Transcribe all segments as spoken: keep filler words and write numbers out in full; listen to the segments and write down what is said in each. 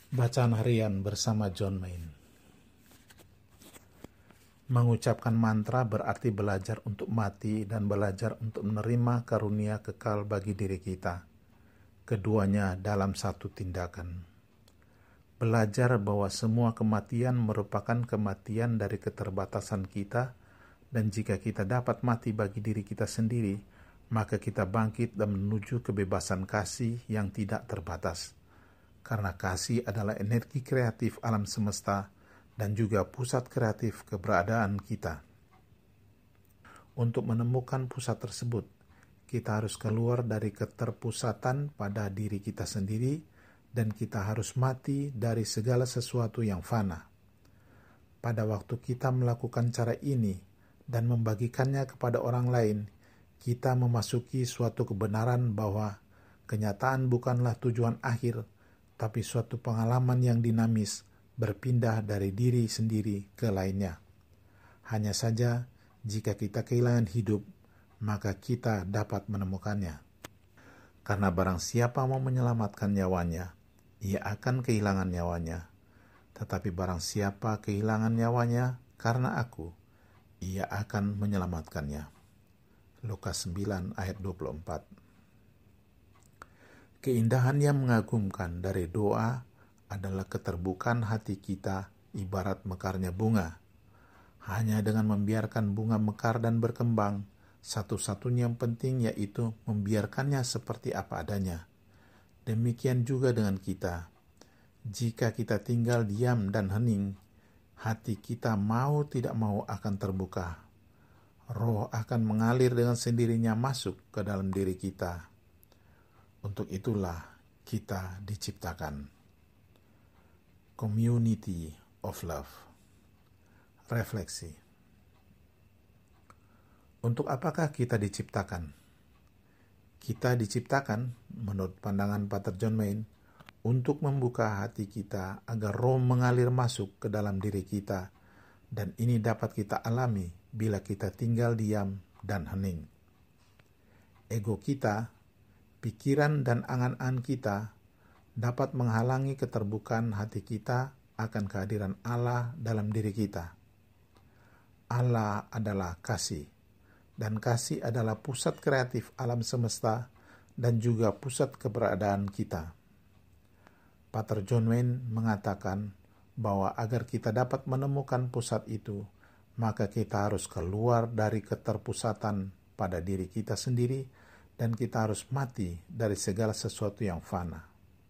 Bacaan harian bersama John Main. Mengucapkan mantra berarti belajar untuk mati dan belajar untuk menerima karunia kekal bagi diri kita. Keduanya dalam satu tindakan. Belajar bahwa semua kematian merupakan kematian dari keterbatasan kita, dan jika kita dapat mati bagi diri kita sendiri, maka kita bangkit dan menuju kebebasan kasih yang tidak terbatas. Karena kasih adalah energi kreatif alam semesta dan juga pusat kreatif keberadaan kita. Untuk menemukan pusat tersebut, kita harus keluar dari keterpusatan pada diri kita sendiri dan kita harus mati dari segala sesuatu yang fana. Pada waktu kita melakukan cara ini dan membagikannya kepada orang lain, kita memasuki suatu kebenaran bahwa kenyataan bukanlah tujuan akhir, tapi suatu pengalaman yang dinamis berpindah dari diri sendiri ke lainnya. Hanya saja, jika kita kehilangan hidup, maka kita dapat menemukannya. Karena barang siapa mau menyelamatkan nyawanya, ia akan kehilangan nyawanya. Tetapi barang siapa kehilangan nyawanya karena aku, ia akan menyelamatkannya. Lukas sembilan ayat dua puluh empat. Keindahan yang mengagumkan dari doa adalah keterbukaan hati kita ibarat mekarnya bunga. Hanya dengan membiarkan bunga mekar dan berkembang, satu-satunya yang penting yaitu membiarkannya seperti apa adanya. Demikian juga dengan kita. Jika kita tinggal diam dan hening, hati kita mau tidak mau akan terbuka. Roh akan mengalir dengan sendirinya masuk ke dalam diri kita. Untuk itulah kita diciptakan. Community of Love. Refleksi. Untuk apakah kita diciptakan? Kita diciptakan, menurut pandangan Pater John Main, untuk membuka hati kita agar roh mengalir masuk ke dalam diri kita, dan ini dapat kita alami bila kita tinggal diam dan hening. Ego kita, pikiran dan angan-angan kita dapat menghalangi keterbukaan hati kita akan kehadiran Allah dalam diri kita. Allah adalah kasih, dan kasih adalah pusat kreatif alam semesta dan juga pusat keberadaan kita. Pater John Main mengatakan bahwa agar kita dapat menemukan pusat itu, maka kita harus keluar dari keterpusatan pada diri kita sendiri dan kita harus mati dari segala sesuatu yang fana.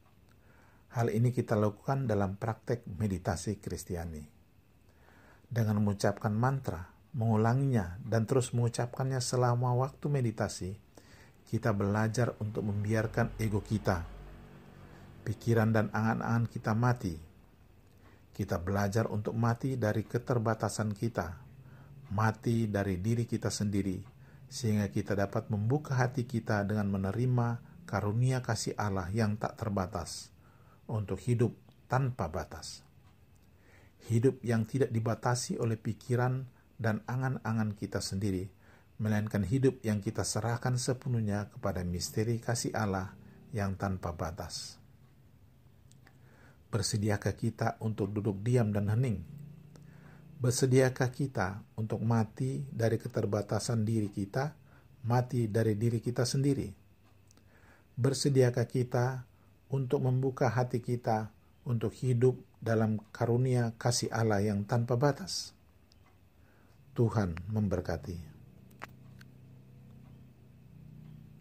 Hal ini kita lakukan dalam praktek meditasi Kristiani. Dengan mengucapkan mantra, mengulanginya, dan terus mengucapkannya selama waktu meditasi, kita belajar untuk membiarkan ego kita, pikiran dan angan-angan kita mati. Kita belajar untuk mati dari keterbatasan kita, mati dari diri kita sendiri, sehingga kita dapat membuka hati kita dengan menerima karunia kasih Allah yang tak terbatas untuk hidup tanpa batas. Hidup yang tidak dibatasi oleh pikiran dan angan-angan kita sendiri, melainkan hidup yang kita serahkan sepenuhnya kepada misteri kasih Allah yang tanpa batas. Bersediakah kita untuk duduk diam dan hening? Bersediakah kita untuk mati dari keterbatasan diri kita, mati dari diri kita sendiri? Bersediakah kita untuk membuka hati kita untuk hidup dalam karunia kasih Allah yang tanpa batas? Tuhan memberkati.